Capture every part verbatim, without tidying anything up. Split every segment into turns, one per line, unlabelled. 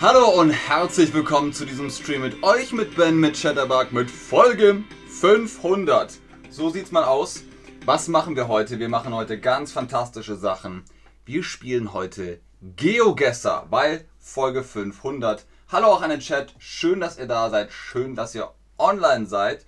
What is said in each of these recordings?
Hallo und herzlich willkommen zu diesem Stream mit euch, mit Ben, mit Chatterbug, mit Folge fünfhundert. So sieht's mal aus. Was machen wir heute? Wir machen heute ganz fantastische Sachen. Wir spielen heute GeoGuessr, weil Folge fünfhundert. Hallo auch an den Chat. Schön, dass ihr da seid. Schön, dass ihr online seid.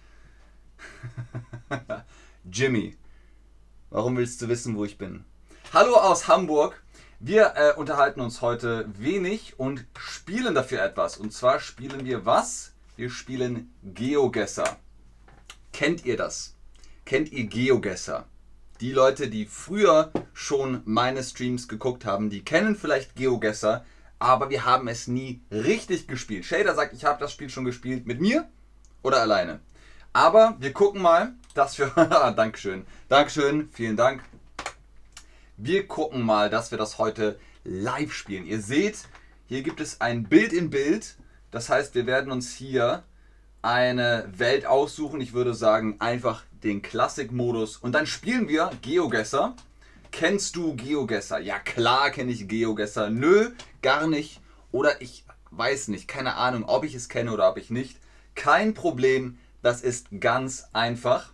Jimmy, warum willst du wissen, wo ich bin? Hallo aus Hamburg. Wir äh, unterhalten uns heute wenig und spielen dafür etwas. Und zwar spielen wir was? Wir spielen GeoGuessr. Kennt ihr das? Kennt ihr GeoGuessr? Die Leute, die früher schon meine Streams geguckt haben, die kennen vielleicht GeoGuessr, aber wir haben es nie richtig gespielt. Shader sagt, ich habe das Spiel schon gespielt. Mit mir oder alleine? Aber wir gucken mal, dass wir... Dankeschön. Dankeschön. Vielen Dank. Wir gucken mal, dass wir das heute live spielen. Ihr seht, hier gibt es ein Bild in Bild. Das heißt, wir werden uns hier eine Welt aussuchen. Ich würde sagen, einfach den Classic-Modus. Und dann spielen wir GeoGuessr. Kennst du GeoGuessr? Ja, klar kenne ich GeoGuessr. Nö, gar nicht. Oder ich weiß nicht. Keine Ahnung, ob ich es kenne oder ob ich nicht. Kein Problem. Das ist ganz einfach.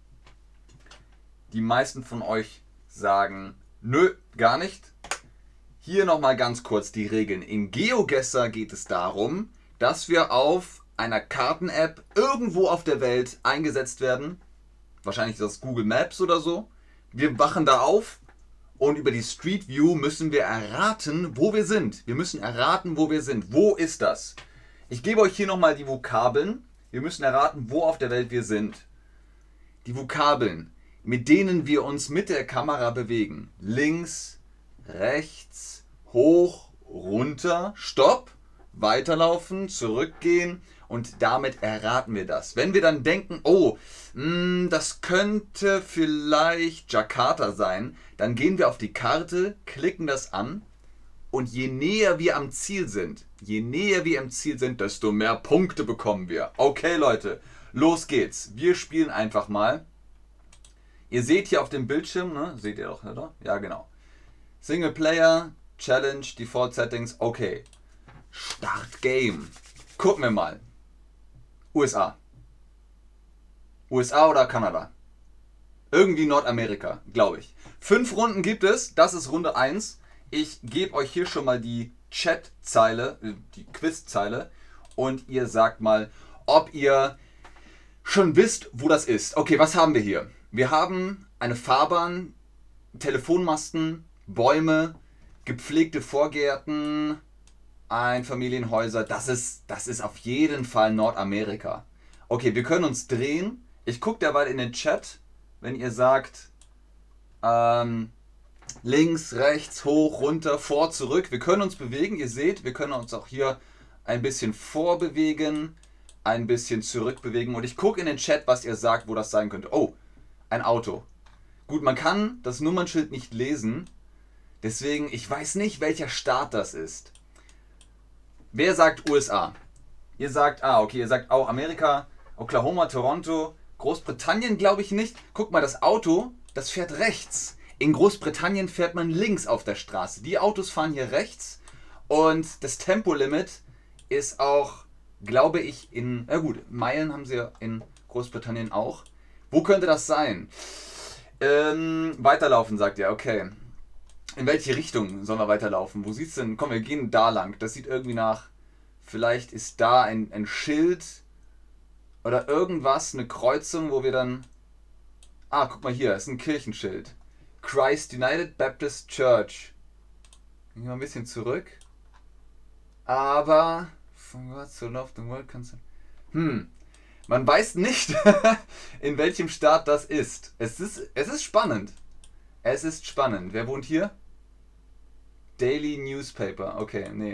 Die meisten von euch sagen... Nö, gar nicht. Hier nochmal ganz kurz die Regeln. In GeoGuessr geht es darum, dass wir auf einer Karten-App irgendwo auf der Welt eingesetzt werden. Wahrscheinlich ist das Google Maps oder so. Wir wachen da auf und über die Street View müssen wir erraten, wo wir sind. Wir müssen erraten, wo wir sind. Wo ist das? Ich gebe euch hier nochmal die Vokabeln. Wir müssen erraten, wo auf der Welt wir sind. Die Vokabeln, mit denen wir uns mit der Kamera bewegen. Links, rechts, hoch, runter, stopp, weiterlaufen, zurückgehen und damit erraten wir das. Wenn wir dann denken, oh, mh, das könnte vielleicht Jakarta sein, dann gehen wir auf die Karte, klicken das an und je näher wir am Ziel sind, je näher wir am Ziel sind, desto mehr Punkte bekommen wir. Okay Leute, los geht's. Wir spielen einfach mal. Ihr seht hier auf dem Bildschirm, ne? Seht ihr doch, oder? Ja, genau. Single Player, Challenge, Default Settings, okay. Start Game. Gucken wir mal. U S A. U S A oder Kanada? Irgendwie Nordamerika, glaube ich. Fünf Runden gibt es, das ist Runde eins. Ich gebe euch hier schon mal die Chat-Zeile, die Quiz-Zeile und ihr sagt mal, ob ihr schon wisst, wo das ist. Okay, was haben wir hier? Wir haben eine Fahrbahn, Telefonmasten, Bäume, gepflegte Vorgärten, Einfamilienhäuser. Das ist, das ist auf jeden Fall Nordamerika. Okay, wir können uns drehen. Ich gucke derweil in den Chat, wenn ihr sagt, ähm, links, rechts, hoch, runter, vor, zurück. Wir können uns bewegen. Ihr seht, wir können uns auch hier ein bisschen vorbewegen, ein bisschen zurückbewegen. Und ich gucke in den Chat, was ihr sagt, wo das sein könnte. Oh, ein Auto. Gut, man kann das Nummernschild nicht lesen, deswegen, ich weiß nicht, welcher Staat das ist. Wer sagt U S A? Ihr sagt, ah, okay, ihr sagt auch Amerika, Oklahoma, Toronto, Großbritannien glaube ich nicht. Guck mal, das Auto, das fährt rechts. In Großbritannien fährt man links auf der Straße. Die Autos fahren hier rechts und das Tempolimit ist auch, glaube ich, in, na gut, Meilen haben sie ja in Großbritannien auch. Wo könnte das sein? Ähm, weiterlaufen, sagt er. Okay. In welche Richtung sollen wir weiterlaufen? Wo sieht's denn? Komm, wir gehen da lang. Das sieht irgendwie nach... Vielleicht ist da ein, ein Schild oder irgendwas, eine Kreuzung, wo wir dann... Ah, guck mal hier, ist ein Kirchenschild. Christ United Baptist Church. Gehen wir ein bisschen zurück. Aber... From God so loved the world kannst du... Hm... Man weiß nicht, in welchem Staat das ist. Es ist. Es ist spannend. Es ist spannend. Wer wohnt hier? Daily Newspaper. Okay, nee.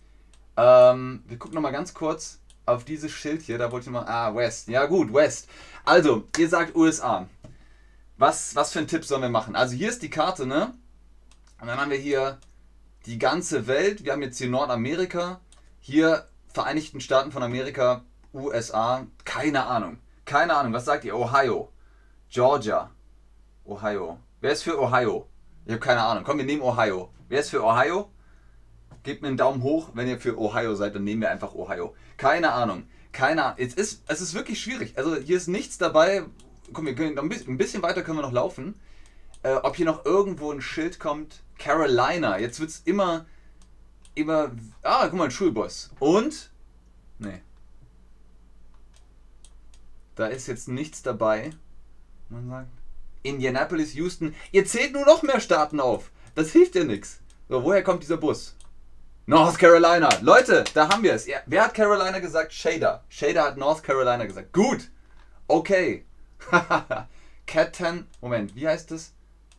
Ähm, wir gucken nochmal ganz kurz auf dieses Schild hier. Da wollte ich mal... Ah, West. Ja gut, West. Also, ihr sagt U S A. Was, was für einen Tipp sollen wir machen? Also hier ist die Karte, ne? Und dann haben wir hier die ganze Welt. Wir haben jetzt hier Nordamerika. Hier Vereinigten Staaten von Amerika... U S A, keine Ahnung. Keine Ahnung, was sagt ihr? Ohio, Georgia, Ohio. Wer ist für Ohio? Ich habe keine Ahnung. Komm, wir nehmen Ohio. Wer ist für Ohio? Gebt mir einen Daumen hoch, wenn ihr für Ohio seid, dann nehmen wir einfach Ohio. Keine Ahnung. Keine Ahnung. Es ist, es ist wirklich schwierig. Also hier ist nichts dabei. Komm, wir können noch ein bisschen, ein bisschen weiter können wir noch laufen. Äh, ob hier noch irgendwo ein Schild kommt. Carolina. Jetzt wird es immer, immer... Ah, guck mal, ein Schulbus. Und? Nee. Da ist jetzt nichts dabei. Man sagt... Indianapolis, Houston. Ihr zählt nur noch mehr Staaten auf. Das hilft ja nichts. So, woher kommt dieser Bus? North Carolina. Leute, da haben wir es. Ja, wer hat Carolina gesagt? Shader. Shader hat North Carolina gesagt. Gut. Okay. Catan. Moment, wie heißt das?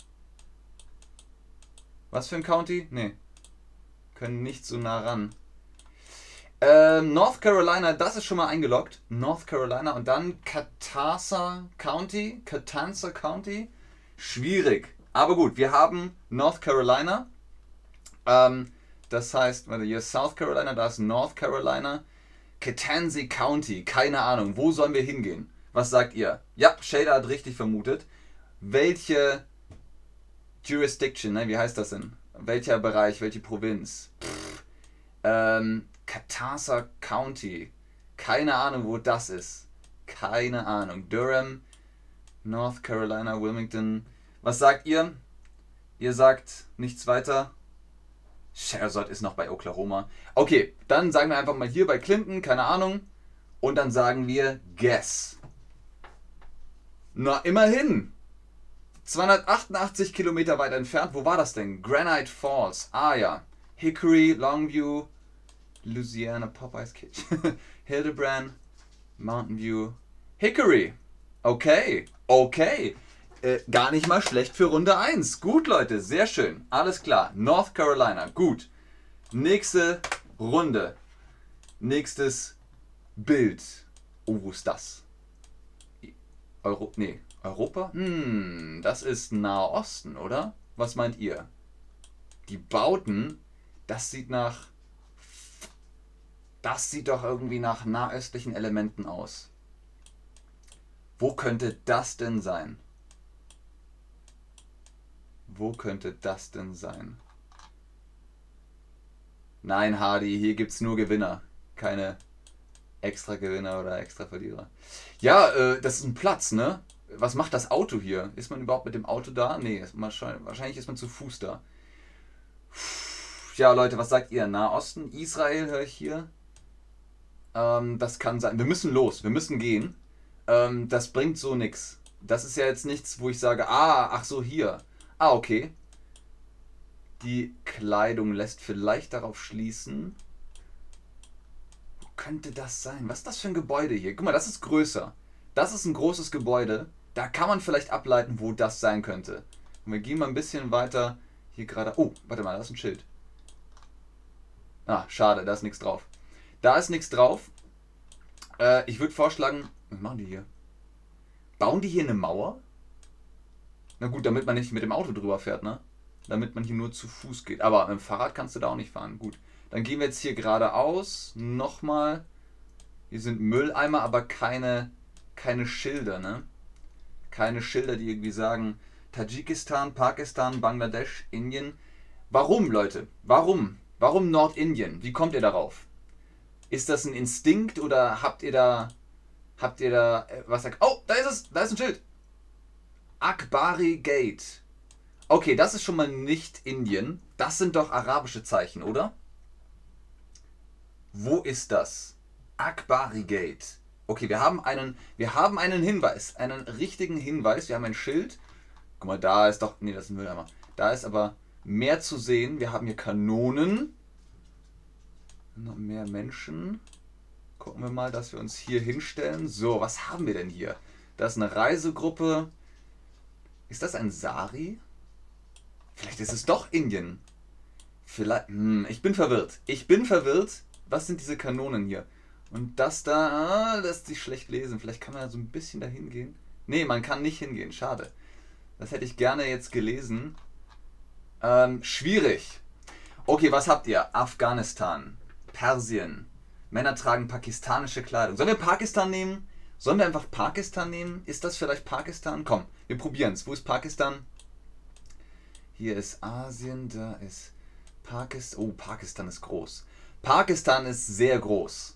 Was für ein County? Nee. Können nicht so nah ran. Ähm, North Carolina, das ist schon mal eingeloggt. North Carolina und dann Catasa County. Catanza County. Schwierig. Aber gut, wir haben North Carolina. Ähm, das heißt, hier ist South Carolina, da ist North Carolina. Catanzas County, keine Ahnung. Wo sollen wir hingehen? Was sagt ihr? Ja, Shader hat richtig vermutet. Welche Jurisdiction, ne? Wie heißt das denn? Welcher Bereich, welche Provinz? Pff, ähm, Catasa County. Keine Ahnung, wo das ist. Keine Ahnung. Durham, North Carolina, Wilmington. Was sagt ihr? Ihr sagt nichts weiter. Sherazad ist noch bei Oklahoma. Okay, dann sagen wir einfach mal hier bei Clinton, keine Ahnung. Und dann sagen wir Guess. Na, immerhin. zweihundertachtundachtzig Kilometer weit entfernt. Wo war das denn? Granite Falls. Ah ja. Hickory, Longview, Louisiana, Popeyes Kitchen. Hildebrand, Mountain View, Hickory. Okay, okay. Äh, gar nicht mal schlecht für Runde eins. Gut, Leute, sehr schön. Alles klar. North Carolina, gut. Nächste Runde. Nächstes Bild. Oh, wo ist das? Euro... Nee, Europa? Hm, das ist Nahe Osten, oder? Was meint ihr? Die Bauten, das sieht nach... Das sieht doch irgendwie nach nahöstlichen Elementen aus. Wo könnte das denn sein? Wo könnte das denn sein? Nein, Hardy, hier gibt es nur Gewinner. Keine extra Gewinner oder extra Verlierer. Ja, äh, das ist ein Platz, ne? Was macht das Auto hier? Ist man überhaupt mit dem Auto da? Nee, wahrscheinlich ist man zu Fuß da. Ja, Leute, was sagt ihr? Nahosten? Israel höre ich hier. Ähm, das kann sein. Wir müssen los, wir müssen gehen. Ähm, das bringt so nichts. Das ist ja jetzt nichts, wo ich sage, ah, ach so, hier. Ah, okay. Die Kleidung lässt vielleicht darauf schließen. Wo könnte das sein? Was ist das für ein Gebäude hier? Guck mal, das ist größer. Das ist ein großes Gebäude. Da kann man vielleicht ableiten, wo das sein könnte. Und wir gehen mal ein bisschen weiter hier gerade. Oh, warte mal, da ist ein Schild. Ah, schade, da ist nichts drauf. Da ist nichts drauf. Äh, ich würde vorschlagen, was machen die hier? Bauen die hier eine Mauer? Na gut, damit man nicht mit dem Auto drüber fährt, ne? Damit man hier nur zu Fuß geht. Aber mit dem Fahrrad kannst du da auch nicht fahren. Gut, dann gehen wir jetzt hier geradeaus. Nochmal. Hier sind Mülleimer, aber keine, keine Schilder, ne? Keine Schilder, die irgendwie sagen Tadschikistan, Pakistan, Bangladesch, Indien. Warum, Leute? Warum? Warum Nordindien? Wie kommt ihr darauf? Ist das ein Instinkt oder habt ihr da... Habt ihr da... Äh, was sagt... Oh, da ist es! Da ist ein Schild! Akbari Gate. Okay, das ist schon mal nicht Indien. Das sind doch arabische Zeichen, oder? Wo ist das? Akbari Gate. Okay, wir haben einen, wir haben einen Hinweis. Einen richtigen Hinweis. Wir haben ein Schild. Guck mal, da ist doch... Nee, das ist ein Mülleimer. Da ist aber mehr zu sehen. Wir haben hier Kanonen. Noch mehr Menschen. Gucken wir mal, dass wir uns hier hinstellen. So, was haben wir denn hier? Das ist eine Reisegruppe. Ist das ein Sari? Vielleicht ist es doch Indien. Vielleicht. Hm, ich bin verwirrt. Ich bin verwirrt. Was sind diese Kanonen hier? Und das da, ah, lässt sich schlecht lesen. Vielleicht kann man da so ein bisschen dahin gehen. Nee, man kann nicht hingehen. Schade. Das hätte ich gerne jetzt gelesen. Ähm, schwierig. Okay, was habt ihr? Afghanistan. Persien. Männer tragen pakistanische Kleidung. Sollen wir Pakistan nehmen? Sollen wir einfach Pakistan nehmen? Ist das vielleicht Pakistan? Komm, wir probieren es. Wo ist Pakistan? Hier ist Asien, da ist Pakistan. Oh, Pakistan ist groß. Pakistan ist sehr groß.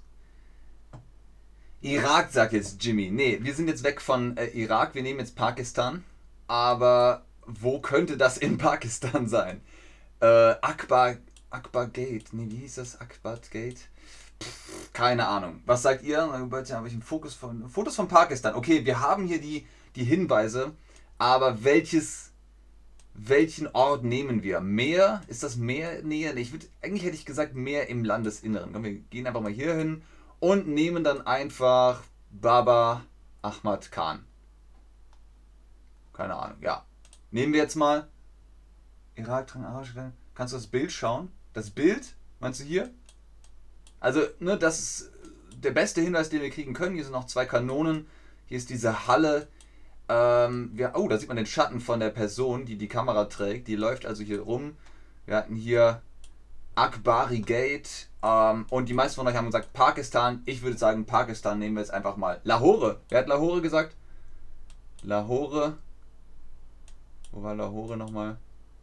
Irak, sagt jetzt Jimmy. Nee, wir sind jetzt weg von äh, Irak. Wir nehmen jetzt Pakistan. Aber wo könnte das in Pakistan sein? Äh, Akbar, Akbar Gate. Nee, wie hieß das? Akbar Gate? Pff, keine Ahnung. Was sagt ihr? Da habe ich einen Fokus von, Fotos von Pakistan. Okay, wir haben hier die, die Hinweise. Aber welches, welchen Ort nehmen wir? Meer? Ist das Meer näher? Nee, ich würd, eigentlich hätte ich gesagt Meer im Landesinneren. Komm, wir gehen einfach mal hier hin und nehmen dann einfach Baba Ahmad Khan. Keine Ahnung, ja. Nehmen wir jetzt mal Irak, kannst du das Bild schauen? Das Bild, meinst du hier? Also, ne, das ist der beste Hinweis, den wir kriegen können. Hier sind noch zwei Kanonen. Hier ist diese Halle. Ähm, wir, oh, da sieht man den Schatten von der Person, die die Kamera trägt. Die läuft also hier rum. Wir hatten hier Akbari Gate. Ähm, und die meisten von euch haben gesagt Pakistan. Ich würde sagen, Pakistan nehmen wir jetzt einfach mal. Lahore. Wer hat Lahore gesagt? Lahore. Wo war Lahore nochmal?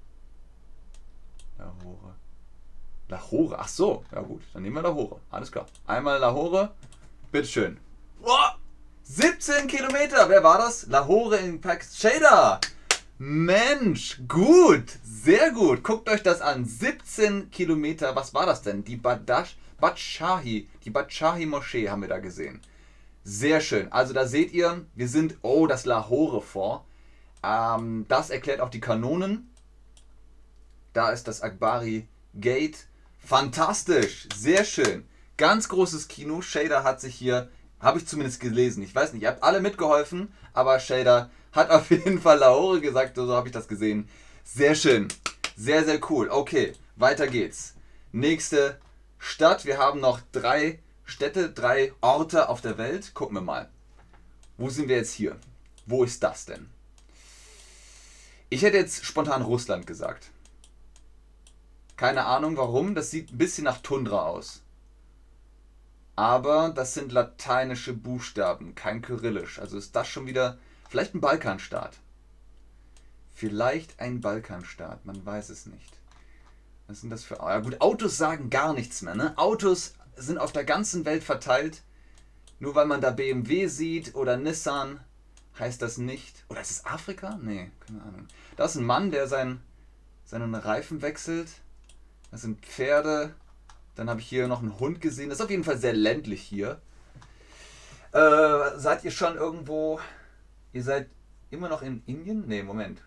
Lahore. Lahore, ach so. Ja gut, dann nehmen wir Lahore. Alles klar. Einmal Lahore. Bitteschön. Boah, siebzehn Kilometer. Wer war das? Lahore in Pakistan. Shader. Mensch, gut. Sehr gut. Guckt euch das an. siebzehn Kilometer. Was war das denn? Die Badash, Badshahi. Die Badshahi Moschee haben wir da gesehen. Sehr schön. Also da seht ihr, wir sind, oh, das Lahore Fort. Ähm, das erklärt auch die Kanonen. Da ist das Akbari Gate. Fantastisch, sehr schön. Ganz großes Kino. Shader hat sich hier, habe ich zumindest gelesen, ich weiß nicht, ihr habt alle mitgeholfen, aber Shader hat auf jeden Fall Lahore gesagt, so habe ich das gesehen. Sehr schön, sehr, sehr cool. Okay, weiter geht's. Nächste Stadt. Wir haben noch drei Städte, drei Orte auf der Welt. Gucken wir mal. Wo sind wir jetzt hier? Wo ist das denn? Ich hätte jetzt spontan Russland gesagt. Keine Ahnung warum, das sieht ein bisschen nach Tundra aus. Aber das sind lateinische Buchstaben, kein Kyrillisch. Also ist das schon wieder vielleicht ein Balkanstaat. Vielleicht ein Balkanstaat, man weiß es nicht. Was sind das für... Ja gut, Autos sagen gar nichts mehr, ne? Autos sind auf der ganzen Welt verteilt. Nur weil man da B M W sieht oder Nissan, heißt das nicht... Oder ist es Afrika? Nee, keine Ahnung. Da ist ein Mann, der sein, seinen Reifen wechselt. Das sind Pferde. Dann habe ich hier noch einen Hund gesehen. Das ist auf jeden Fall sehr ländlich hier. Äh, seid ihr schon irgendwo... Ihr seid immer noch in Indien? Ne, Moment.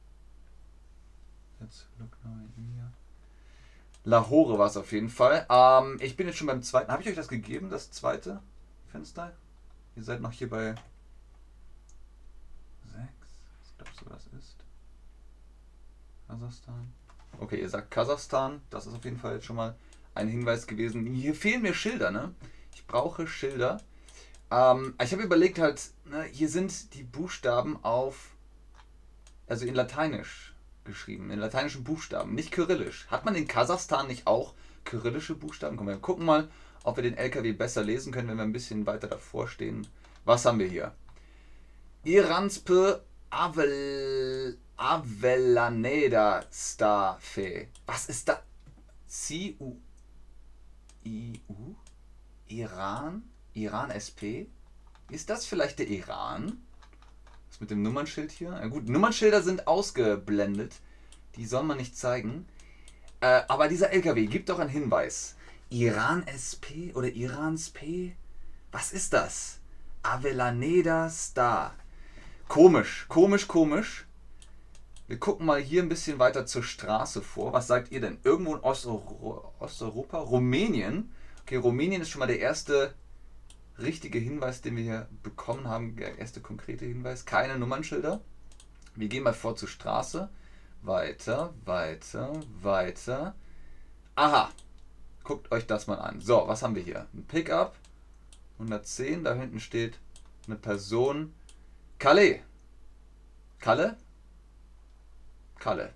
Jetzt look now in India. Lahore war es auf jeden Fall. Ähm, ich bin jetzt schon beim zweiten. Habe ich euch das gegeben, das zweite Fenster? Ihr seid noch hier bei sechs. Was glaubst du, was ist? Kasachstan. Okay, ihr sagt Kasachstan. Das ist auf jeden Fall jetzt schon mal ein Hinweis gewesen. Hier fehlen mir Schilder, ne? Ich brauche Schilder. Ähm, ich habe überlegt halt, ne, hier sind die Buchstaben auf, also in Lateinisch geschrieben, in lateinischen Buchstaben, nicht kyrillisch. Hat man in Kasachstan nicht auch kyrillische Buchstaben? Komm, wir gucken mal, ob wir den L K W besser lesen können, wenn wir ein bisschen weiter davor stehen. Was haben wir hier? Iranspe Avel, Avellaneda Stafe. Was ist das? C U I U? Iran? Iran S P? Ist das vielleicht der Iran? Was mit dem Nummernschild hier? Na gut, Nummernschilder sind ausgeblendet. Die soll man nicht zeigen. Äh, aber dieser L K W gibt doch einen Hinweis. Iran S P oder Irans P? Was ist das? Avellaneda Star. Komisch, komisch, komisch. Wir gucken mal hier ein bisschen weiter zur Straße vor. Was sagt ihr denn? Irgendwo in Osteuropa? Osteuropa? Rumänien? Okay, Rumänien ist schon mal der erste richtige Hinweis, den wir hier bekommen haben. Der erste konkrete Hinweis. Keine Nummernschilder. Wir gehen mal vor zur Straße. Weiter, weiter, weiter. Aha. Guckt euch das mal an. So, was haben wir hier? Ein Pickup. hundertzehn. Da hinten steht eine Person. Calais. Kalle? Kalle.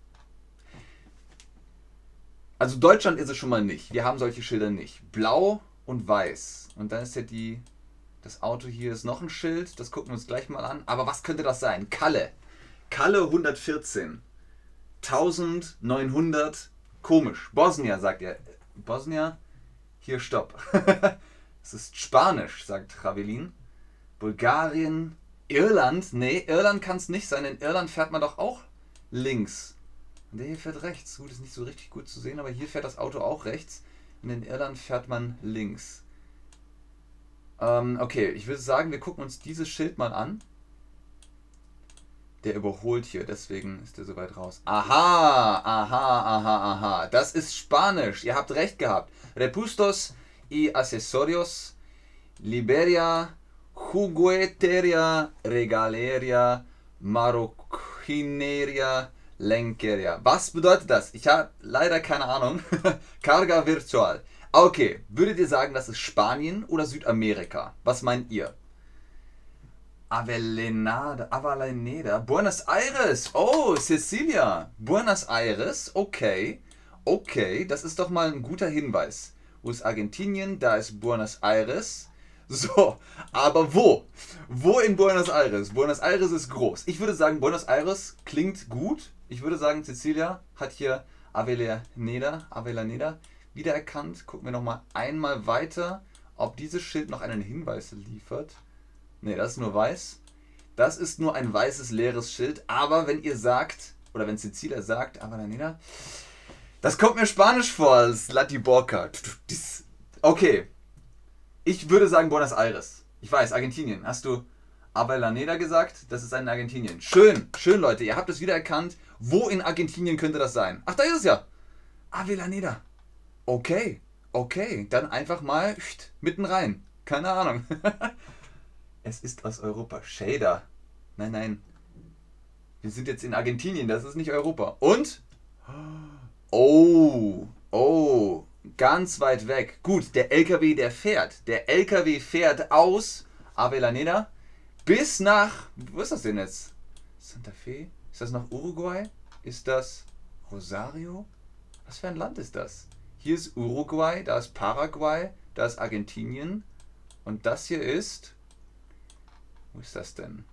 Also Deutschland ist es schon mal nicht. Wir haben solche Schilder nicht. Blau und weiß. Und dann ist ja die... Das Auto hier ist noch ein Schild. Das gucken wir uns gleich mal an. Aber was könnte das sein? Kalle. Kalle hundertvierzehn. neunzehnhundert Komisch. Bosnien, sagt er. Bosnien? Hier, stopp. Es ist Spanisch, sagt Ravelin. Bulgarien. Irland? Nee, Irland kann es nicht sein. In Irland fährt man doch auch links. Und der hier fährt rechts. Gut, ist nicht so richtig gut zu sehen, aber hier fährt das Auto auch rechts. Und in Irland fährt man links. Ähm, okay, ich würde sagen, wir gucken uns dieses Schild mal an. Der überholt hier, deswegen ist er so weit raus. Aha, aha, aha, aha. Das ist Spanisch. Ihr habt recht gehabt. Repustos y accesorios, Liberia, jugueteria, regaleria, maroquineria, lenkeria. Was bedeutet das? Ich habe leider keine Ahnung. Carga virtual. Okay, würdet ihr sagen, das ist Spanien oder Südamerika? Was meint ihr? Avellaneda, Avellaneda, Buenos Aires, oh, Cecilia, Buenos Aires, okay, okay, das ist doch mal ein guter Hinweis. Wo ist Argentinien? Da ist Buenos Aires. So, aber wo? Wo in Buenos Aires? Buenos Aires ist groß. Ich würde sagen, Buenos Aires klingt gut. Ich würde sagen, Cecilia hat hier Avellaneda, Avellaneda wiedererkannt. Gucken wir nochmal einmal weiter, ob dieses Schild noch einen Hinweis liefert. Ne, das ist nur weiß. Das ist nur ein weißes, leeres Schild. Aber wenn ihr sagt, oder wenn Cecilia sagt, Avellaneda, das kommt mir spanisch vor als Latiborca. Okay. Ich würde sagen Buenos Aires. Ich weiß, Argentinien. Hast du Avellaneda gesagt? Das ist in Argentinien. Schön, schön Leute. Ihr habt es wieder erkannt. Wo in Argentinien könnte das sein? Ach, da ist es ja. Avellaneda. Okay, okay. Dann einfach mal mitten rein. Keine Ahnung. Es ist aus Europa. Shader. Nein, nein. Wir sind jetzt in Argentinien. Das ist nicht Europa. Und? Oh. Oh. Ganz weit weg. Gut, der L K W, der fährt. Der L K W fährt aus Avellaneda bis nach... Wo ist das denn jetzt? Santa Fe? Ist das nach Uruguay? Ist das Rosario? Was für ein Land ist das? Hier ist Uruguay, da ist Paraguay, da ist Argentinien. Und das hier ist... Wo ist das denn?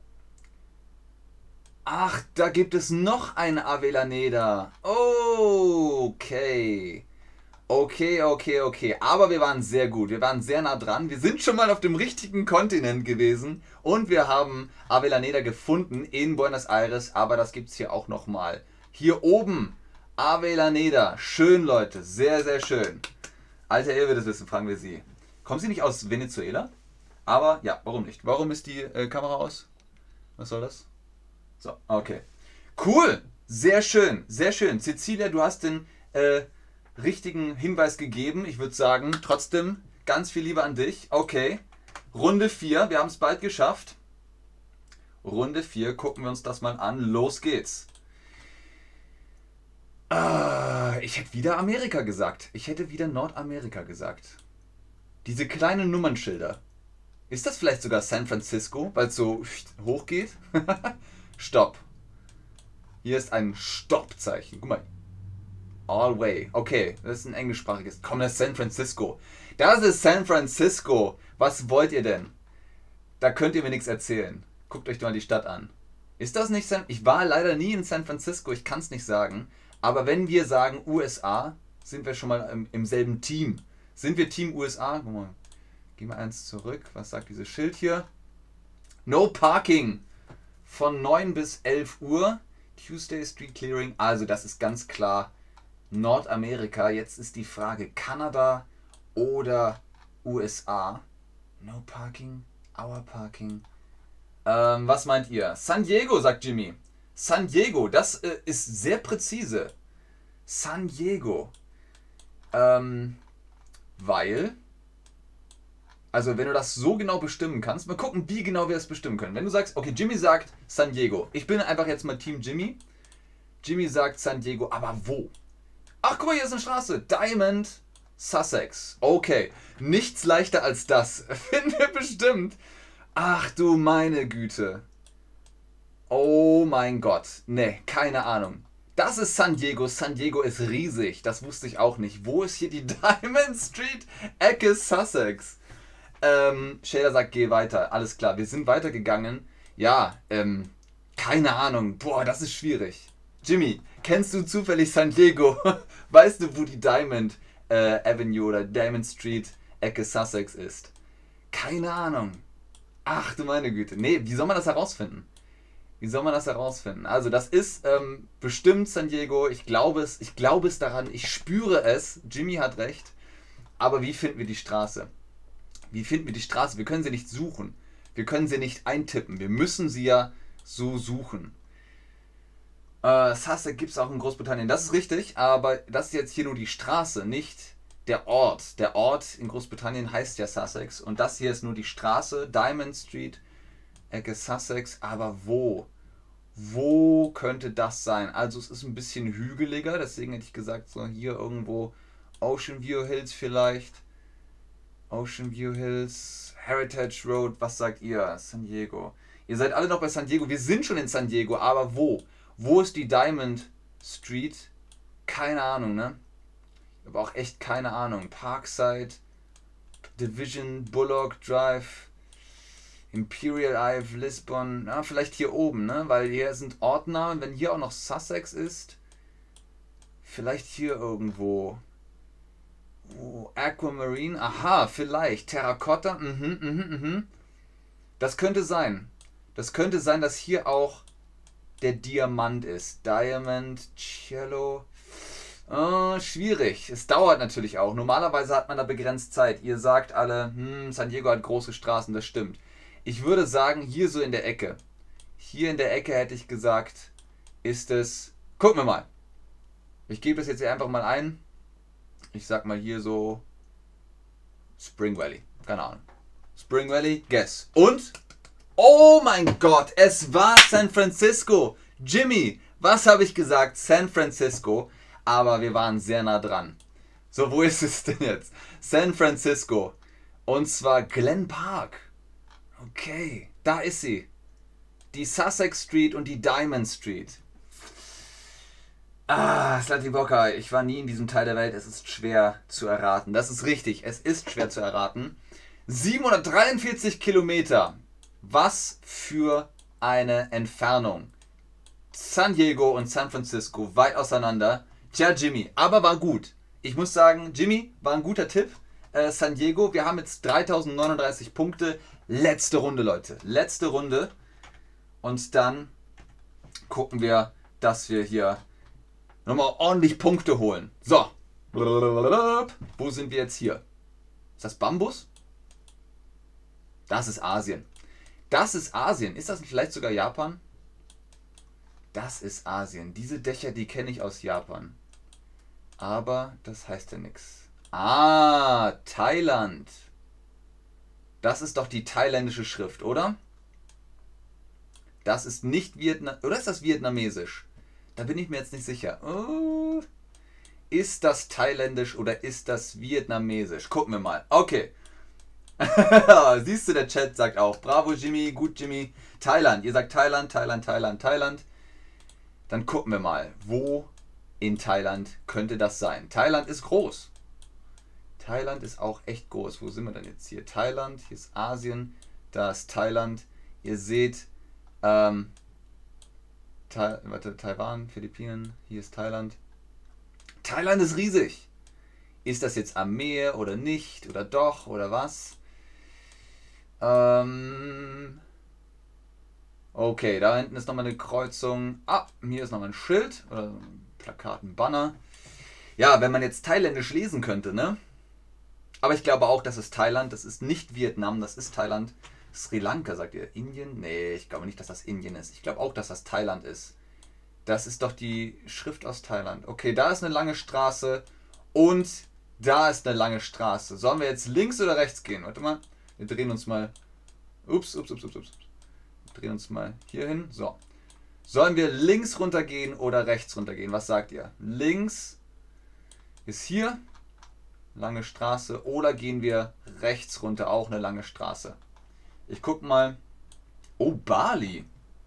Ach, da gibt es noch ein Avellaneda. Okay. Okay, okay, okay. Aber wir waren sehr gut. Wir waren sehr nah dran. Wir sind schon mal auf dem richtigen Kontinent gewesen. Und wir haben Avellaneda gefunden in Buenos Aires. Aber das gibt es hier auch nochmal. Hier oben. Avellaneda. Schön, Leute. Sehr, sehr schön. Alter, ihr würdet es wissen. Fragen wir Sie. Kommen Sie nicht aus Venezuela? Aber ja, warum nicht? Warum ist die äh, Kamera aus? Was soll das? So, okay. Cool. Sehr schön. Sehr schön. Cecilia, du hast den äh, richtigen Hinweis gegeben. Ich würde sagen, trotzdem ganz viel Liebe an dich. Okay. Runde vier. Wir haben es bald geschafft. Runde vier. Gucken wir uns das mal an. Los geht's. Ah, ich hätte wieder Amerika gesagt. Ich hätte wieder Nordamerika gesagt. Diese kleinen Nummernschilder. Ist das vielleicht sogar San Francisco, weil es so hoch geht? Stopp. Hier ist ein Stoppzeichen. Guck mal. All way. Okay, das ist ein englischsprachiges. Komm, das ist San Francisco. Das ist San Francisco. Was wollt ihr denn? Da könnt ihr mir nichts erzählen. Guckt euch doch mal die Stadt an. Ist das nicht San... Ich war leider nie in San Francisco, ich kann es nicht sagen. Aber wenn wir sagen U S A, sind wir schon mal im, im selben Team. Sind wir Team U S A? Guck mal. Gehen wir eins zurück. Was sagt dieses Schild hier? No Parking. Von neun bis elf Uhr. Tuesday Street Clearing. Also das ist ganz klar Nordamerika. Jetzt ist die Frage Kanada oder U S A. No Parking. Our Parking. Ähm, was meint ihr? San Diego, sagt Jimmy. San Diego. Das äh, ist sehr präzise. San Diego. Ähm, weil... Also wenn du das so genau bestimmen kannst, mal gucken, wie genau wir es bestimmen können. Wenn du sagst, okay, Jimmy sagt San Diego. Ich bin einfach jetzt mal Team Jimmy. Jimmy sagt San Diego, aber wo? Ach, guck mal, hier ist eine Straße. Diamond, Sussex. Okay, nichts leichter als das. Finden wir bestimmt. Ach du meine Güte. Oh mein Gott. Ne, keine Ahnung. Das ist San Diego. San Diego ist riesig. Das wusste ich auch nicht. Wo ist hier die Diamond Street Ecke Sussex? Ähm, Shader sagt, geh weiter. Alles klar, wir sind weitergegangen. Ja, ähm, keine Ahnung. Boah, das ist schwierig. Jimmy, kennst du zufällig San Diego? Weißt du, wo die Diamond äh, Avenue oder Diamond Street Ecke Sussex ist? Keine Ahnung. Ach du meine Güte. Nee, wie soll man das herausfinden? Wie soll man das herausfinden? Also das ist ähm, bestimmt San Diego. Ich glaube es, ich glaube es daran. Ich spüre es. Jimmy hat recht. Aber wie finden wir die Straße? Wie finden wir die Straße? Wir können sie nicht suchen. Wir können sie nicht eintippen. Wir müssen sie ja so suchen. Äh, Sussex gibt es auch in Großbritannien. Das ist richtig, aber das ist jetzt hier nur die Straße, nicht der Ort. Der Ort in Großbritannien heißt ja Sussex. Und das hier ist nur die Straße. Diamond Street, Ecke Sussex. Aber wo? Wo könnte das sein? Also es ist ein bisschen hügeliger. Deswegen hätte ich gesagt, so hier irgendwo Ocean View Hills vielleicht. Ocean View Hills, Heritage Road, was sagt ihr? San Diego. Ihr seid alle noch bei San Diego. Wir sind schon in San Diego, aber wo? Wo ist die Diamond Street? Keine Ahnung, ne? Ich habe auch echt keine Ahnung. Parkside, Division, Bullock Drive, Imperial Ave, Lisbon. Na, vielleicht hier oben, ne? Weil hier sind Ordner. Und wenn hier auch noch Sussex ist, vielleicht hier irgendwo. Oh, Aquamarine, aha, vielleicht. Terracotta, mhm, mhm, mhm. Das könnte sein. Das könnte sein, dass hier auch der Diamant ist. Diamond, Cello. Oh, schwierig. Es dauert natürlich auch. Normalerweise hat man da begrenzt Zeit. Ihr sagt alle, hm, San Diego hat große Straßen, das stimmt. Ich würde sagen, hier so in der Ecke. Hier in der Ecke hätte ich gesagt, ist es... Gucken wir mal. Ich gebe das jetzt hier einfach mal ein. Ich sag mal hier so Spring Valley. Keine Ahnung. Spring Valley, guess. Und? Oh mein Gott, es war San Francisco. Jimmy, was habe ich gesagt? San Francisco. Aber wir waren sehr nah dran. So, wo ist es denn jetzt? San Francisco. Und zwar Glen Park. Okay, da ist sie. Die Sussex Street und die Diamond Street. Ah, Slatibocca, ich war nie in diesem Teil der Welt. Es ist schwer zu erraten. Das ist richtig, es ist schwer zu erraten. siebenhundertdreiundvierzig Kilometer. Was für eine Entfernung. San Diego und San Francisco weit auseinander. Tja, Jimmy, aber war gut. Ich muss sagen, Jimmy war ein guter Tipp. Äh, San Diego, wir haben jetzt dreitausendneununddreißig Punkte. Letzte Runde, Leute. Letzte Runde. Und dann gucken wir, dass wir hier nochmal ordentlich Punkte holen. So. Wo sind wir jetzt hier? Ist das Bambus? Das ist Asien. Das ist Asien. Ist das vielleicht sogar Japan? Das ist Asien. Diese Dächer, die kenne ich aus Japan. Aber das heißt ja nichts. Ah, Thailand. Das ist doch die thailändische Schrift, oder? Das ist nicht Vietnam... Oder ist das vietnamesisch? Da bin ich mir jetzt nicht sicher. Oh, ist das thailändisch oder ist das vietnamesisch? Gucken wir mal. Okay. Siehst du, der Chat sagt auch. Bravo Jimmy, gut Jimmy. Thailand. Ihr sagt Thailand, Thailand, Thailand, Thailand. Dann gucken wir mal, wo in Thailand könnte das sein. Thailand ist groß. Thailand ist auch echt groß. Wo sind wir denn jetzt hier? Thailand, hier ist Asien, da ist Thailand. Ihr seht, ähm, Ta warte, Taiwan, Philippinen, hier ist Thailand. Thailand ist riesig. Ist das jetzt am Meer oder nicht? Oder doch? Oder was? Ähm okay, da hinten ist nochmal eine Kreuzung. Ah, hier ist nochmal ein Schild. Oder ein Plakat, ein Banner. Ja, wenn man jetzt thailändisch lesen könnte, ne? Aber ich glaube auch, das ist Thailand. Das ist nicht Vietnam, das ist Thailand. Sri Lanka, sagt ihr? Indien? Nee, ich glaube nicht, dass das Indien ist. Ich glaube auch, dass das Thailand ist. Das ist doch die Schrift aus Thailand. Okay, da ist eine lange Straße und da ist eine lange Straße. Sollen wir jetzt links oder rechts gehen? Warte mal, wir drehen uns mal. Ups, ups, ups, ups, ups. Wir drehen uns mal hier hin. So. Sollen wir links runter gehen oder rechts runter gehen? Was sagt ihr? Links ist hier, lange Straße. Oder gehen wir rechts runter, auch eine lange Straße. Ich guck mal. Oh, Bali.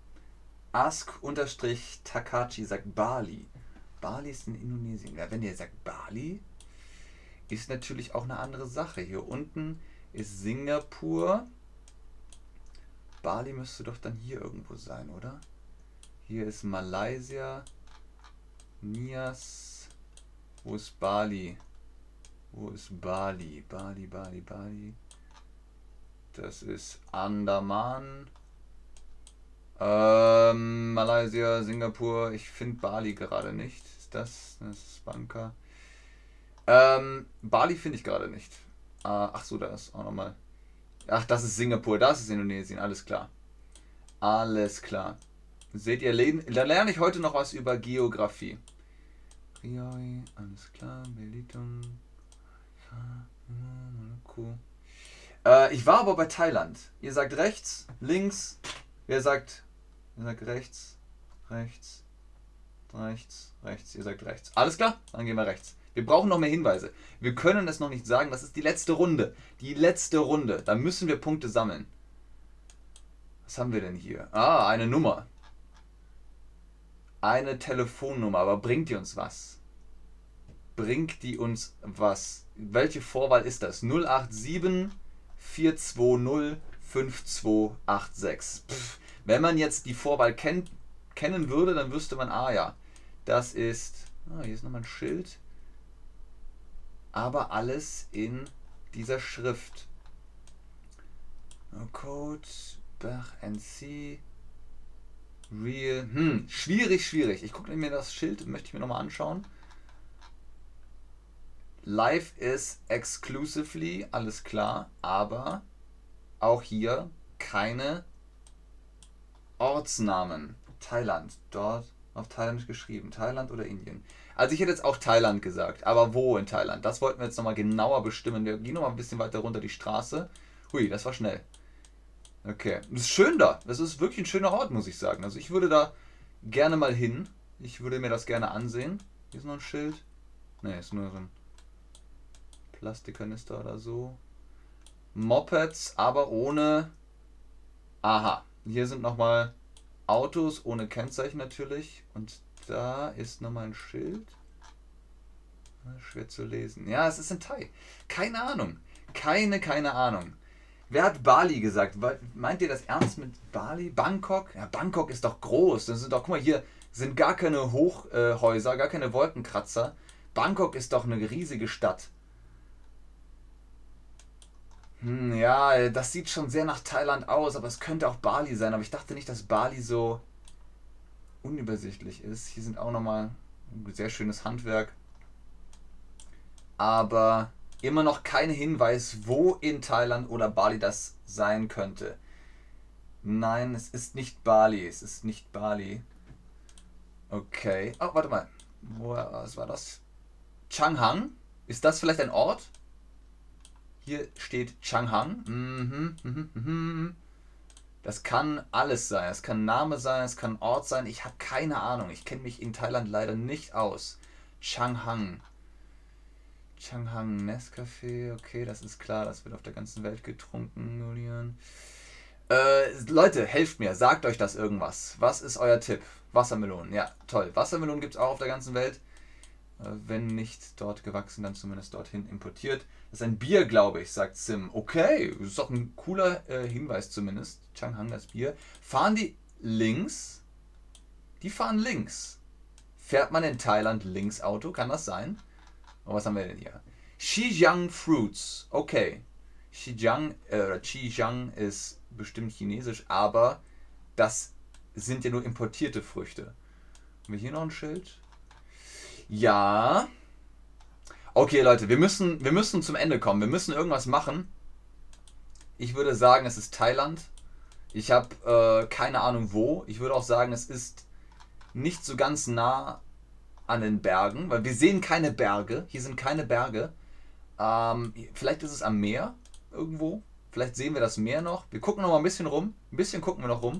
Ask-Takachi sagt Bali. Bali ist in Indonesien. Ja, wenn ihr sagt Bali, ist natürlich auch eine andere Sache. Hier unten ist Singapur. Bali müsste doch dann hier irgendwo sein, oder? Hier ist Malaysia. Nias. Wo ist Bali? Wo ist Bali? Bali, Bali, Bali. Das ist Andaman. Ähm, Malaysia, Singapur. Ich finde Bali gerade nicht. Ist das? Das ist Bangkok. Ähm, Bali finde ich gerade nicht. Ah, ach so, da ist auch nochmal. Ach, das ist Singapur. Das ist Indonesien. Alles klar. Alles klar. Seht ihr, da lerne ich heute noch was über Geografie. Rioi, alles klar. Belitung. Äh, ich war aber bei Thailand. Ihr sagt rechts, links. Wer sagt, wer sagt rechts, rechts, rechts, rechts. Ihr sagt rechts. Alles klar? Dann gehen wir rechts. Wir brauchen noch mehr Hinweise. Wir können es noch nicht sagen. Das ist die letzte Runde. Die letzte Runde. Da müssen wir Punkte sammeln. Was haben wir denn hier? Ah, eine Nummer. Eine Telefonnummer. Aber bringt die uns was? Bringt die uns was? Welche Vorwahl ist das? null acht sieben vier zwei null fünf zwei acht sechs. Pff, wenn man jetzt die Vorwahl kennt, kennen würde, dann wüsste man, ah ja, das ist, ah, hier ist nochmal ein Schild, aber alles in dieser Schrift. Code, Bach, N C, Real, hm, schwierig, schwierig. Ich gucke mir das Schild, möchte ich mir nochmal anschauen. Live is exclusively, alles klar, aber auch hier keine Ortsnamen. Thailand, dort auf Thailand geschrieben. Thailand oder Indien. Also ich hätte jetzt auch Thailand gesagt, aber wo in Thailand? Das wollten wir jetzt nochmal genauer bestimmen. Wir gehen nochmal ein bisschen weiter runter die Straße. Hui, das war schnell. Okay, das ist schön da. Das ist wirklich ein schöner Ort, muss ich sagen. Also ich würde da gerne mal hin. Ich würde mir das gerne ansehen. Hier ist noch ein Schild. Ne, ist nur so ein Plastikkanister oder so. Mopeds, aber ohne... Aha, hier sind nochmal Autos ohne Kennzeichen natürlich. Und da ist nochmal ein Schild. Schwer zu lesen. Ja, es ist in Thai. Keine Ahnung. Keine, keine Ahnung. Wer hat Bali gesagt? Meint ihr das ernst mit Bali? Bangkok? Ja, Bangkok ist doch groß. Das sind doch, guck mal, hier sind gar keine Hochhäuser, gar keine Wolkenkratzer. Bangkok ist doch eine riesige Stadt. Hm, ja, das sieht schon sehr nach Thailand aus, aber es könnte auch Bali sein. Aber ich dachte nicht, dass Bali so unübersichtlich ist. Hier sind auch nochmal ein sehr schönes Handwerk. Aber immer noch kein Hinweis, wo in Thailand oder Bali das sein könnte. Nein, es ist nicht Bali. Es ist nicht Bali. Okay. Oh, warte mal. Wo, was war das? Changhang? Ist das vielleicht ein Ort? Hier steht Changhang. Mhm, mhm, mhm. Das kann alles sein. Es kann Name sein, es kann Ort sein. Ich habe keine Ahnung. Ich kenne mich in Thailand leider nicht aus. Changhang. Changhang Nescafé. Okay, das ist klar. Das wird auf der ganzen Welt getrunken, Julian. Äh, Leute, helft mir. Sagt euch das irgendwas. Was ist euer Tipp? Wassermelonen. Ja, toll. Wassermelonen gibt es auch auf der ganzen Welt. Wenn nicht dort gewachsen, dann zumindest dorthin importiert. Das ist ein Bier, glaube ich, sagt Sim. Okay, das ist doch ein cooler äh, Hinweis zumindest. Changhang, das Bier. Fahren die links? Die fahren links. Fährt man in Thailand links Auto? Kann das sein? Oh, was haben wir denn hier? Xizang Fruits. Okay. Xizang, äh, oder Xizang ist bestimmt chinesisch, aber das sind ja nur importierte Früchte. Haben wir hier noch ein Schild? Ja. Okay, Leute, wir müssen, wir müssen zum Ende kommen. Wir müssen irgendwas machen. Ich würde sagen, es ist Thailand. Ich habe äh, keine Ahnung wo. Ich würde auch sagen, es ist nicht so ganz nah an den Bergen, weil wir sehen keine Berge. Hier sind keine Berge. Ähm, vielleicht ist es am Meer irgendwo. Vielleicht sehen wir das Meer noch. Wir gucken noch mal ein bisschen rum. Ein bisschen gucken wir noch rum.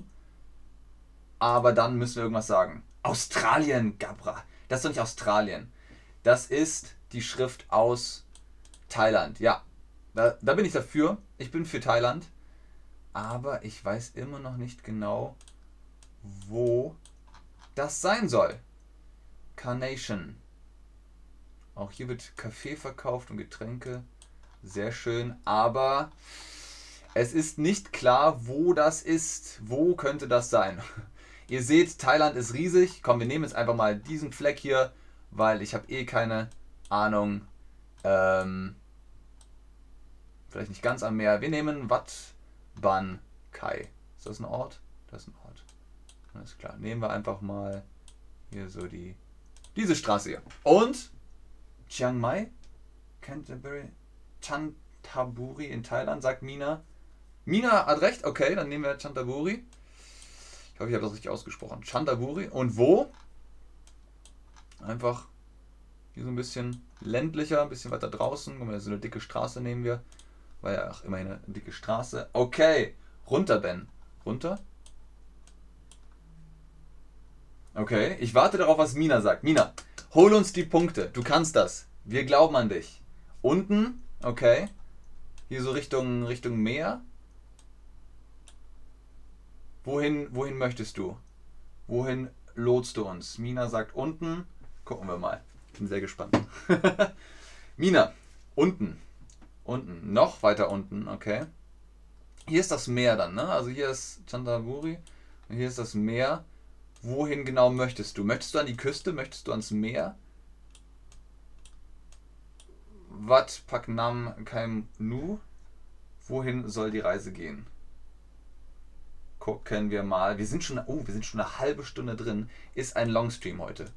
Aber dann müssen wir irgendwas sagen. Australien, Gabra. Das ist doch nicht Australien. Das ist die Schrift aus Thailand. Ja, da, da bin ich dafür. Ich bin für Thailand. Aber ich weiß immer noch nicht genau, wo das sein soll. Carnation. Auch hier wird Kaffee verkauft und Getränke. Sehr schön. Aber es ist nicht klar, wo das ist. Wo könnte das sein? Ihr seht, Thailand ist riesig. Komm, wir nehmen jetzt einfach mal diesen Fleck hier, weil ich habe eh keine Ahnung. Ähm, vielleicht nicht ganz am Meer. Wir nehmen Wat Ban Kai. Ist das ein Ort? Das ist ein Ort. Alles klar. Nehmen wir einfach mal hier so die diese Straße hier. Und Chiang Mai, Canterbury, Chanthaburi in Thailand, sagt Mina. Mina hat recht, okay, dann nehmen wir Chanthaburi. Ich hoffe, ich habe das richtig ausgesprochen. Chanthaburi. Und wo? Einfach hier so ein bisschen ländlicher, ein bisschen weiter draußen. Guck mal, so eine dicke Straße nehmen wir. War ja auch immerhin eine dicke Straße. Okay, runter, Ben. Runter. Okay, ich warte darauf, was Mina sagt. Mina, hol uns die Punkte. Du kannst das. Wir glauben an dich. Unten, okay. Hier so Richtung, Richtung Meer. Wohin, wohin möchtest du? Wohin lotst du uns? Mina sagt unten. Gucken wir mal. Bin sehr gespannt. Mina, unten. Unten. Noch weiter unten, okay. Hier ist das Meer dann, ne? Also hier ist Chanthaburi. Und hier ist das Meer. Wohin genau möchtest du? Möchtest du an die Küste? Möchtest du ans Meer? Wat Paknam Kaim Nu? Wohin soll die Reise gehen? Gucken wir mal. Wir sind schon, oh, wir sind schon eine halbe Stunde drin. Ist ein Longstream heute.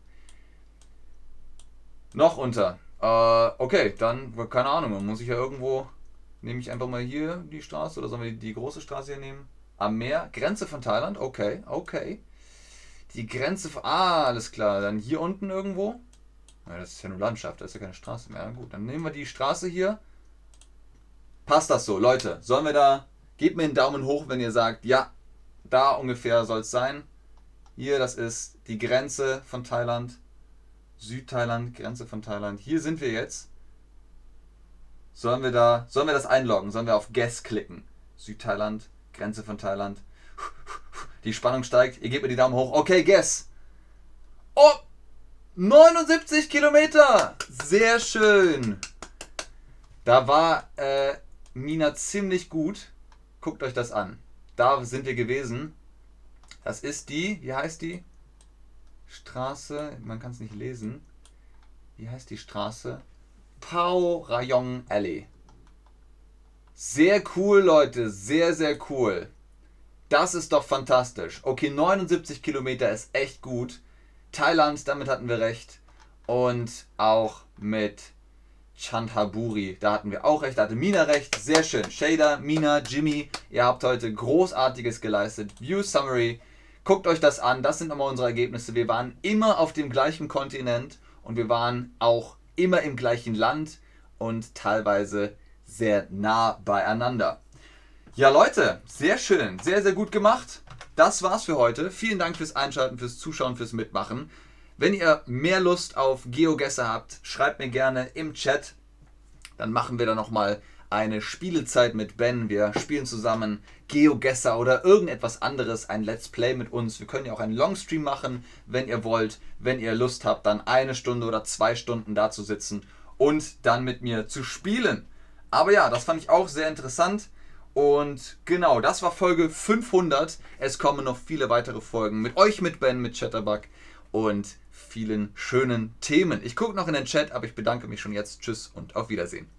Noch unter. Äh, okay, dann, keine Ahnung, man muss ich ja irgendwo, nehme ich einfach mal hier die Straße oder sollen wir die, die große Straße hier nehmen? Am Meer, Grenze von Thailand, okay, okay. Die Grenze von, ah, alles klar, dann hier unten irgendwo. Ja, das ist ja nur Landschaft, da ist ja keine Straße mehr. Gut, dann nehmen wir die Straße hier. Passt das so, Leute? Sollen wir da, gebt mir einen Daumen hoch, wenn ihr sagt, ja, da ungefähr soll es sein. Hier, das ist die Grenze von Thailand. Südthailand, Grenze von Thailand. Hier sind wir jetzt. Sollen wir da, sollen wir das einloggen? Sollen wir auf Guess klicken? Südthailand, Grenze von Thailand. Die Spannung steigt. Ihr gebt mir die Daumen hoch. Okay, Guess. Oh! neunundsiebzig Kilometer! Sehr schön. Da war äh, Mina ziemlich gut. Guckt euch das an. Da sind wir gewesen. Das ist die, wie heißt die? Straße, man kann es nicht lesen. Wie heißt die Straße? Pao Rayong Alley. Sehr cool, Leute. Sehr, sehr cool. Das ist doch fantastisch. Okay, neunundsiebzig Kilometer ist echt gut. Thailand, damit hatten wir recht. Und auch mit Chanthaburi, da hatten wir auch recht. Da hatte Mina recht. Sehr schön. Shader, Mina, Jimmy, ihr habt heute Großartiges geleistet. View Summary. Guckt euch das an, das sind nochmal unsere Ergebnisse. Wir waren immer auf dem gleichen Kontinent und wir waren auch immer im gleichen Land und teilweise sehr nah beieinander. Ja Leute, sehr schön, sehr, sehr gut gemacht. Das war's für heute. Vielen Dank fürs Einschalten, fürs Zuschauen, fürs Mitmachen. Wenn ihr mehr Lust auf GeoGuessr habt, schreibt mir gerne im Chat. Dann machen wir da nochmal eine Spielezeit mit Ben. Wir spielen zusammen GeoGuessr oder irgendetwas anderes, ein Let's Play mit uns. Wir können ja auch einen Longstream machen, wenn ihr wollt. Wenn ihr Lust habt, dann eine Stunde oder zwei Stunden da zu sitzen und dann mit mir zu spielen. Aber ja, das fand ich auch sehr interessant. Und genau, das war Folge fünfhundert. Es kommen noch viele weitere Folgen mit euch, mit Ben, mit Chatterbug und vielen schönen Themen. Ich gucke noch in den Chat, aber ich bedanke mich schon jetzt. Tschüss und auf Wiedersehen.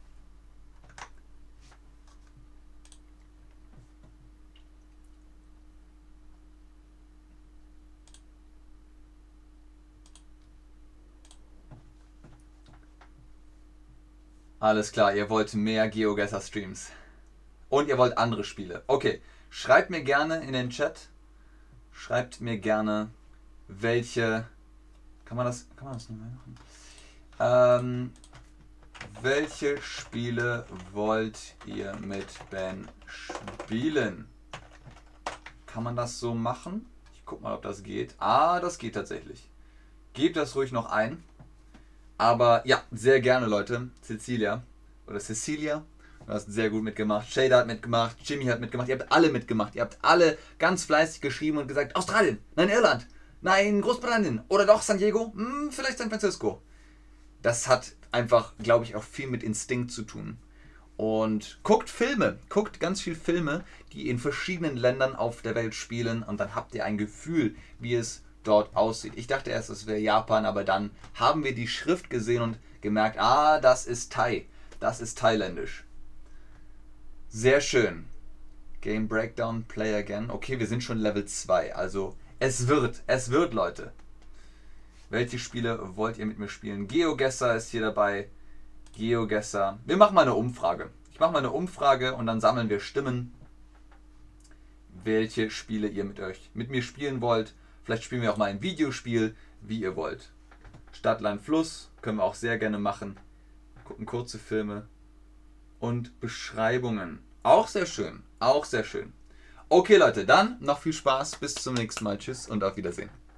Alles klar, ihr wollt mehr GeoGuessr-Streams. Und ihr wollt andere Spiele. Okay, schreibt mir gerne in den Chat. Schreibt mir gerne, welche... Kann man das, kann man das nicht mehr machen? Ähm, welche Spiele wollt ihr mit Ben spielen? Kann man das so machen? Ich guck mal, ob das geht. Ah, das geht tatsächlich. Gebt das ruhig noch ein. Aber ja, sehr gerne, Leute. Cecilia oder Cecilia, du hast sehr gut mitgemacht. Shader hat mitgemacht, Jimmy hat mitgemacht. Ihr habt alle mitgemacht. Ihr habt alle ganz fleißig geschrieben und gesagt, Australien, nein, Irland, nein, Großbritannien oder doch San Diego, hm, vielleicht San Francisco. Das hat einfach, glaube ich, auch viel mit Instinkt zu tun. Und guckt Filme, guckt ganz viel Filme, die in verschiedenen Ländern auf der Welt spielen und dann habt ihr ein Gefühl, wie es dort aussieht. Ich dachte erst, es wäre Japan, aber dann haben wir die Schrift gesehen und gemerkt, ah, das ist Thai, das ist thailändisch. Sehr schön. Game Breakdown, Play Again. Okay, wir sind schon Level zwei, also es wird, es wird, Leute. Welche Spiele wollt ihr mit mir spielen? GeoGuessr ist hier dabei. GeoGuessr. Wir machen mal eine Umfrage. Ich mache mal eine Umfrage und dann sammeln wir Stimmen, welche Spiele ihr mit euch mit mir spielen wollt. Vielleicht spielen wir auch mal ein Videospiel, wie ihr wollt. Stadt, Land, Fluss können wir auch sehr gerne machen. Gucken kurze Filme und Beschreibungen. Auch sehr schön. Auch sehr schön. Okay, Leute, dann noch viel Spaß. Bis zum nächsten Mal. Tschüss und auf Wiedersehen.